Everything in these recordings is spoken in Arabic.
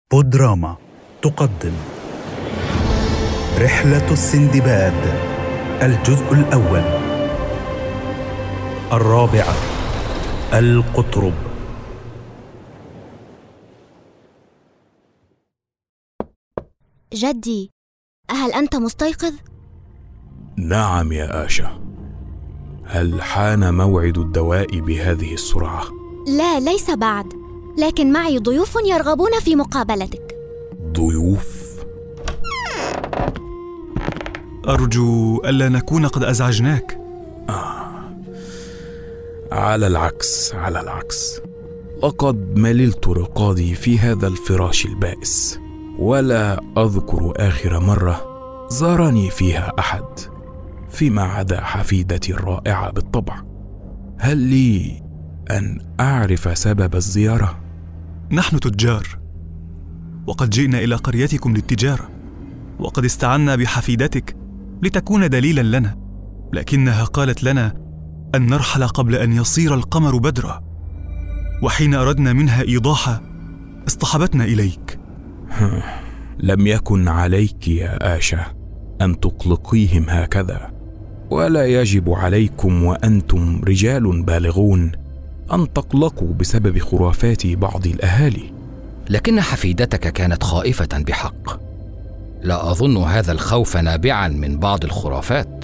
بودراما تقدم رحلة السندباد الجزء الأول. الرابعة القطرب. جدي، هل أنت مستيقظ؟ نعم يا آشا. هل حان موعد الدواء بهذه السرعة؟ لا، ليس بعد، لكن معي ضيوف يرغبون في مقابلتك. ضيوف؟ أرجو ألا نكون قد أزعجناك. على العكس، لقد مللت رقادي في هذا الفراش البائس، ولا أذكر آخر مرة زارني فيها أحد فيما عدا حفيدتي الرائعة بالطبع. هل لي أن أعرف سبب الزيارة؟ نحن تجار، وقد جئنا إلى قريتكم للتجارة، وقد استعنا بحفيدتك لتكون دليلا لنا، لكنها قالت لنا أن نرحل قبل أن يصير القمر بدرا، وحين أردنا منها إيضاحا اصطحبتنا إليك. لم يكن عليك يا آشا أن تقلقيهم هكذا، ولا يجب عليكم وأنتم رجال بالغون أن تقلقوا بسبب خرافات بعض الأهالي. لكن حفيدتك كانت خائفة بحق. لا أظن هذا الخوف نابعا من بعض الخرافات.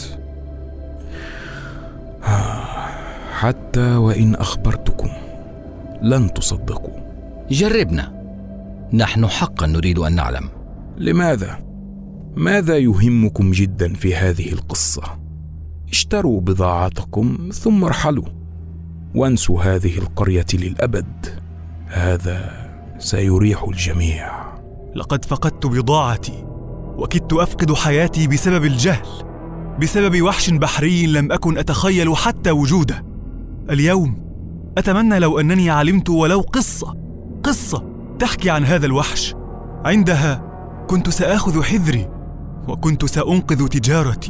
حتى وإن أخبرتكم لن تصدقوا. جربنا، نحن حقا نريد أن نعلم. لماذا؟ ماذا يهمكم جدا في هذه القصة؟ اشتروا بضاعتكم ثم ارحلوا، وانسوا هذه القرية للأبد. هذا سيريح الجميع. لقد فقدت بضاعتي، وكدت أفقد حياتي بسبب الجهل، بسبب وحش بحري لم أكن أتخيل حتى وجوده. اليوم أتمنى لو أنني علمت ولو قصة تحكي عن هذا الوحش. عندها كنت سآخذ حذري، وكنت سأنقذ تجارتي.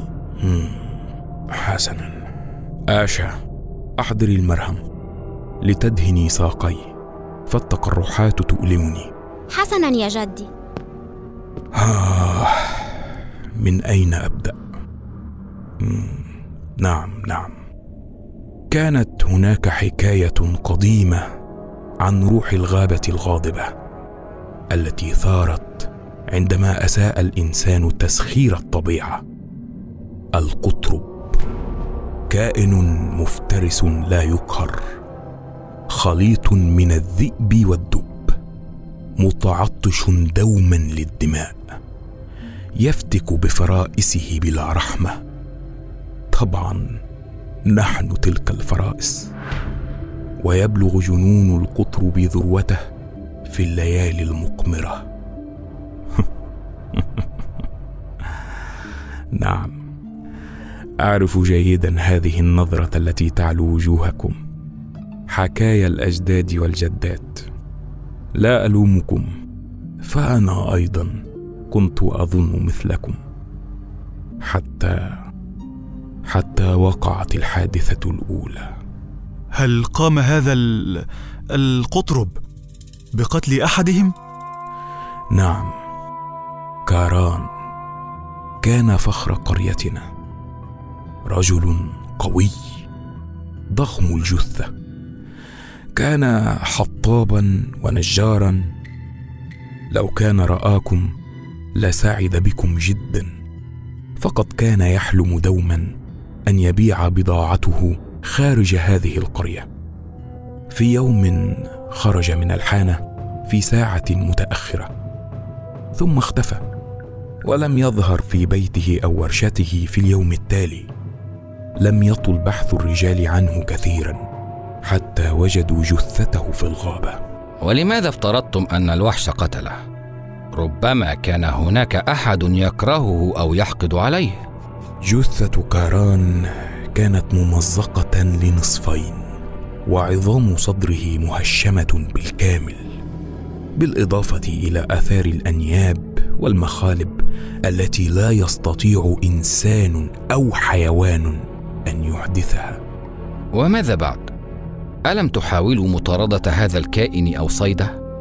حسنا آشا، أحضري المرهم لتدهني ساقي، فالتقرحات تؤلمني. حسنا يا جدي. من أين أبدأ؟ نعم، كانت هناك حكاية قديمة عن روح الغابة الغاضبة التي ثارت عندما أساء الإنسان تسخير الطبيعة. القطرب كائن مفترس لا يقهر، خليط من الذئب والدب، متعطش دوما للدماء، يفتك بفرائسه بلا رحمة. طبعا نحن تلك الفرائس. ويبلغ جنون القطرب ذروته في الليالي المقمرة. نعم، أعرف جيدا هذه النظرة التي تعلو وجوهكم، حكايا الأجداد والجدات. لا ألومكم، فأنا أيضا كنت أظن مثلكم، حتى وقعت الحادثة الأولى. هل قام هذا القطرب بقتل أحدهم؟ نعم، كاران كان فخر قريتنا، رجل قوي ضخم الجثة، كان حطابا ونجارا. لو كان رآكم لسعد بكم جدا، فقد كان يحلم دوما أن يبيع بضاعته خارج هذه القرية. في يوم خرج من الحانة في ساعة متأخرة، ثم اختفى، ولم يظهر في بيته أو ورشته في اليوم التالي. لم يطل بحث الرجال عنه كثيرا حتى وجدوا جثته في الغابة. ولماذا افترضتم أن الوحش قتله؟ ربما كان هناك أحد يكرهه أو يحقد عليه. جثة كاران كانت ممزقة لنصفين، وعظام صدره مهشمة بالكامل، بالإضافة إلى آثار الأنياب والمخالب التي لا يستطيع إنسان أو حيوان أن يحدثها. وماذا بعد؟ ألم تحاولوا مطاردة هذا الكائن أو صيده؟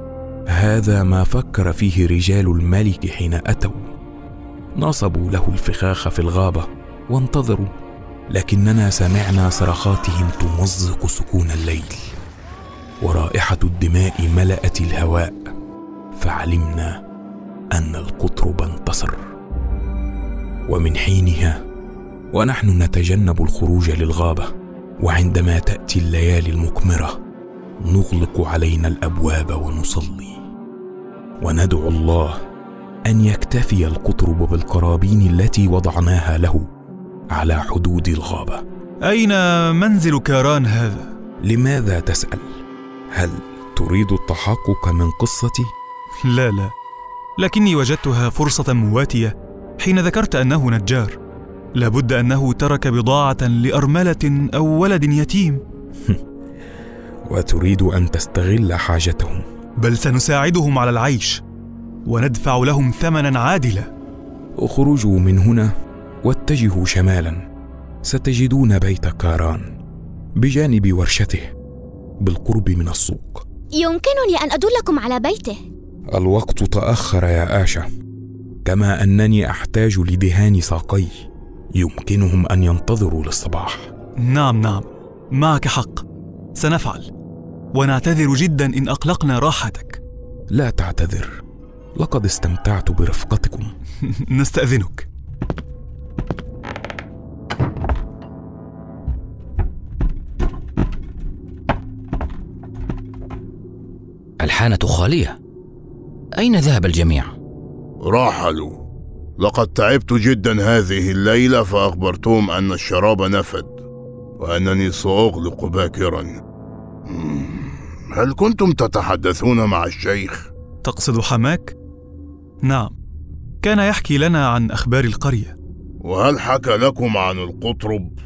هذا ما فكر فيه رجال الملك حين أتوا. نصبوا له الفخاخ في الغابة وانتظروا، لكننا سمعنا صرخاتهم تمزق سكون الليل، ورائحة الدماء ملأت الهواء، فعلمنا أن القطرب انتصر. ومن حينها ونحن نتجنب الخروج للغابة، وعندما تأتي الليالي المقمرة نغلق علينا الأبواب ونصلي وندعو الله أن يكتفي القطرب بالقرابين التي وضعناها له على حدود الغابة. أين منزل كاران هذا؟ لماذا تسأل؟ هل تريد التحقق من قصتي؟ لا، لكني وجدتها فرصة مواتية حين ذكرت أنه نجار. لابد أنه ترك بضاعة لأرملة أو ولد يتيم. وتريد أن تستغل حاجتهم؟ بل سنساعدهم على العيش وندفع لهم ثمنا عادلا. اخرجوا من هنا واتجهوا شمالا، ستجدون بيت كاران بجانب ورشته بالقرب من السوق. يمكنني أن أدلكم على بيته. الوقت تأخر يا آشا، كما أنني أحتاج لدهان ساقي، يمكنهم أن ينتظروا للصباح. نعم، معك حق، سنفعل، ونعتذر جدا إن أقلقنا راحتك. لا تعتذر، لقد استمتعت برفقتكم. نستأذنك. الحانة خالية، أين ذهب الجميع؟ رحلوا، لقد تعبت جدا هذه الليلة، فأخبرتهم أن الشراب نفد وأنني سأغلق باكرا. هل كنتم تتحدثون مع الشيخ؟ تقصد حماك؟ نعم، كان يحكي لنا عن أخبار القرية. وهل حكى لكم عن القطرب؟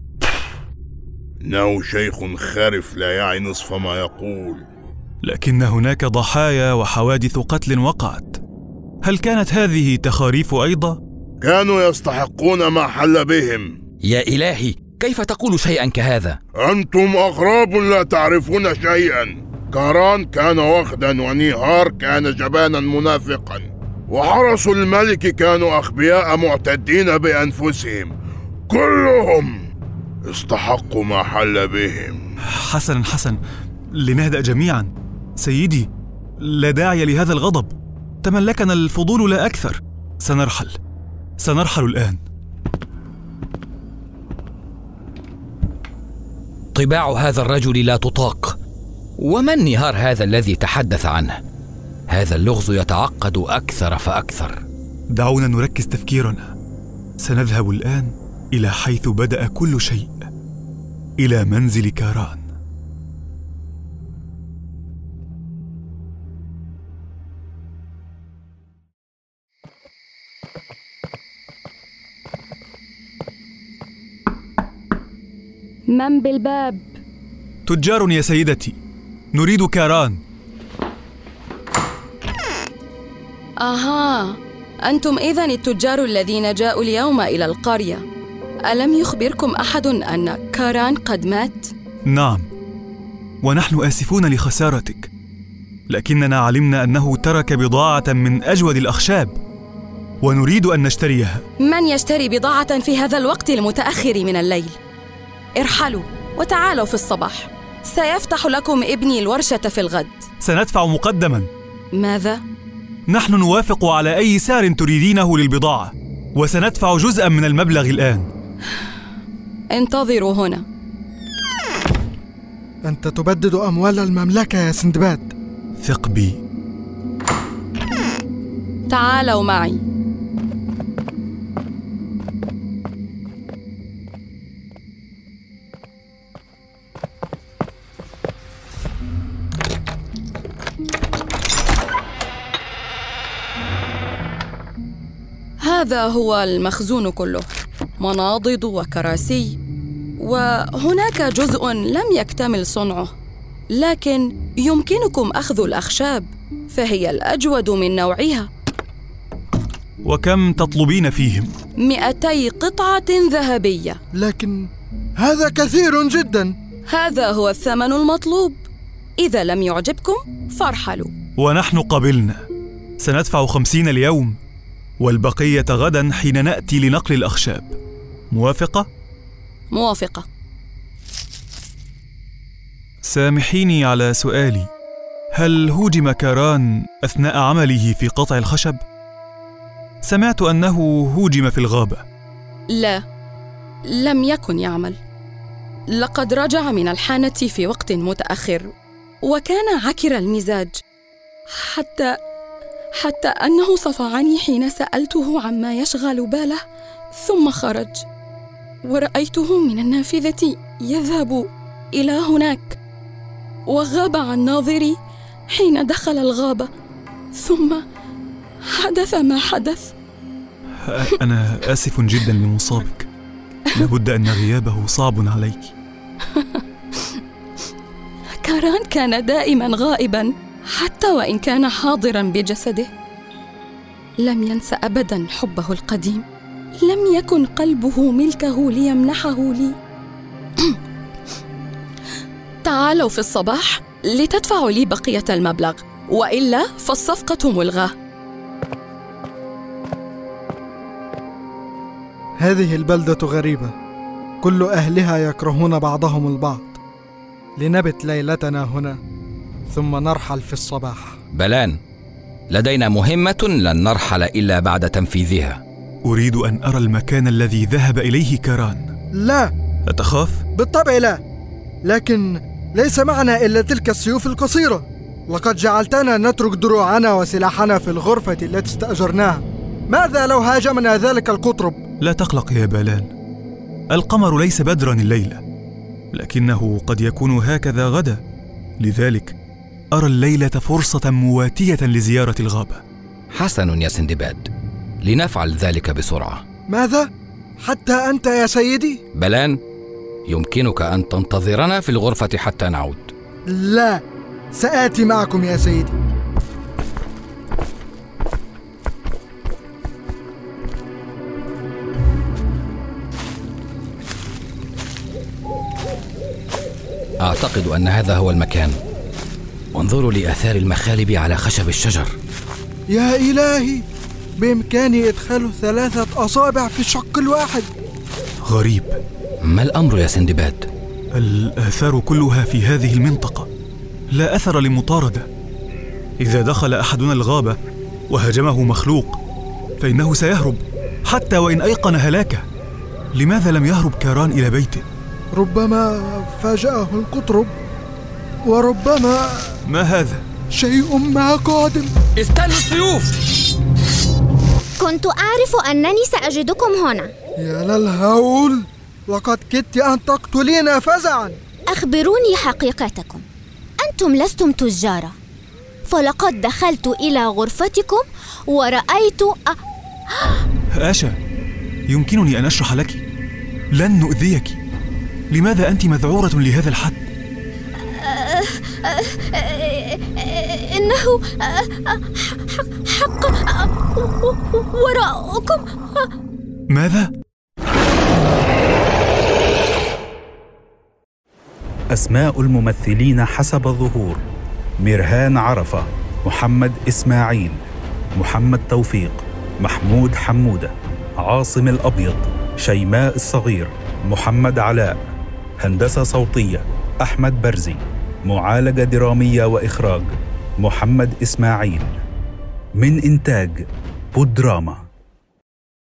إنه شيخ خارف لا يعي نصف ما يقول. لكن هناك ضحايا وحوادث قتل وقعت. هل كانت هذه تخاريف أيضا؟ كانوا يستحقون ما حل بهم. يا إلهي، كيف تقول شيئا كهذا؟ أنتم أغراب لا تعرفون شيئا. كاران كان وخدا، ونيهار كان جبانا منافقا، وحرس الملك كانوا أخبياء معتدين بأنفسهم. كلهم استحقوا ما حل بهم. حسنا، لنهدأ جميعا. سيدي، لا داعي لهذا الغضب، تملكنا الفضول لا أكثر. سنرحل الآن. طباع هذا الرجل لا تطاق. وما النهار هذا الذي تحدث عنه؟ هذا اللغز يتعقد أكثر فأكثر. دعونا نركز تفكيرنا. سنذهب الآن إلى حيث بدأ كل شيء، إلى منزل كاران. من بالباب؟ تجار يا سيدتي، نريد كاران. آها، أنتم إذن التجار الذين جاءوا اليوم إلى القرية. ألم يخبركم أحد أن كاران قد مات؟ نعم، ونحن آسفون لخسارتك، لكننا علمنا أنه ترك بضاعة من أجود الأخشاب ونريد أن نشتريها. من يشتري بضاعة في هذا الوقت المتأخر من الليل؟ ارحلوا وتعالوا في الصباح، سيفتح لكم ابني الورشة في الغد. سندفع مقدما. ماذا؟ نحن نوافق على أي سعر تريدينه للبضاعة، وسندفع جزءا من المبلغ الآن. انتظروا هنا. أنت تبدد أموال المملكة يا سندباد. ثق بي. تعالوا معي. هذا هو المخزون كله، مناضد وكراسي، وهناك جزء لم يكتمل صنعه، لكن يمكنكم أخذ الأخشاب، فهي الأجود من نوعها. وكم تطلبين فيهم؟ 200 قطعة ذهبية. لكن هذا كثير جدا. هذا هو الثمن المطلوب. إذا لم يعجبكم فارحلوا. ونحن قبلنا. سندفع 50 اليوم والبقية غدا حين نأتي لنقل الأخشاب. موافقة؟ موافقة. سامحيني على سؤالي، هل هوجم كاران أثناء عمله في قطع الخشب؟ سمعت أنه هوجم في الغابة. لا، لم يكن يعمل. لقد رجع من الحانة في وقت متأخر وكان عكر المزاج، حتى أنه صفعني حين سألته عما يشغل باله، ثم خرج ورأيته من النافذة يذهب إلى هناك، وغاب عن ناظري حين دخل الغابة، ثم حدث ما حدث. أنا آسف جدا لمصابك، لابد أن غيابه صعب عليك. كاران كان دائما غائبا حتى وإن كان حاضرا بجسده. لم ينس أبدا حبه القديم، لم يكن قلبه ملكه ليمنحه لي. تعالوا في الصباح لتدفعوا لي بقية المبلغ، وإلا فالصفقة ملغاة. هذه البلدة غريبة، كل أهلها يكرهون بعضهم البعض. لنبت ليلتنا هنا ثم نرحل في الصباح. بلان، لدينا مهمة لن نرحل إلا بعد تنفيذها. أريد أن أرى المكان الذي ذهب إليه كاران. لا. أتخاف؟ بالطبع لا، لكن ليس معنا إلا تلك السيوف القصيرة. لقد جعلتنا نترك دروعنا وسلاحنا في الغرفة التي استأجرناها. ماذا لو هاجمنا ذلك القطرب؟ لا تقلق يا بلان، القمر ليس بدرا الليلة، لكنه قد يكون هكذا غدا، لذلك أرى الليلة فرصة مواتية لزيارة الغابة. حسن يا سندباد، لنفعل ذلك بسرعة. ماذا؟ حتى أنت يا سيدي؟ بلان، يمكنك أن تنتظرنا في الغرفة حتى نعود. لا، سآتي معكم يا سيدي. أعتقد أن هذا هو المكان. انظروا لآثار المخالب على خشب الشجر. يا إلهي، بإمكاني إدخال 3 أصابع في الشق الواحد. غريب. ما الأمر يا سندباد؟ الآثار كلها في هذه المنطقة، لا أثر لمطاردة. إذا دخل أحدنا الغابة وهاجمه مخلوق فإنه سيهرب حتى وإن أيقن هلاكه. لماذا لم يهرب كاران إلى بيته؟ ربما فاجأه القطرب، وربما... ما هذا؟ شيء ما قادم. استنوا السيوف! كنت أعرف أنني سأجدكم هنا. يا للهول، لقد كدت أن تقتلين فزعا. أخبروني حقيقتكم، أنتم لستم تجارا، فلقد دخلت إلى غرفتكم ورأيت آشا، يمكنني أن أشرح لك، لن نؤذيك. لماذا أنت مذعورة لهذا الحد؟ إنه حق وراءكم. ماذا؟ أسماء الممثلين حسب الظهور: ميرهان عرفة، محمد إسماعيل، محمد توفيق، محمود حمودة، عاصم الأبيض، شيماء الصغير، محمد علاء. هندسة صوتية: أحمد برزي. معالجة درامية وإخراج: محمد إسماعيل. من إنتاج بودراما.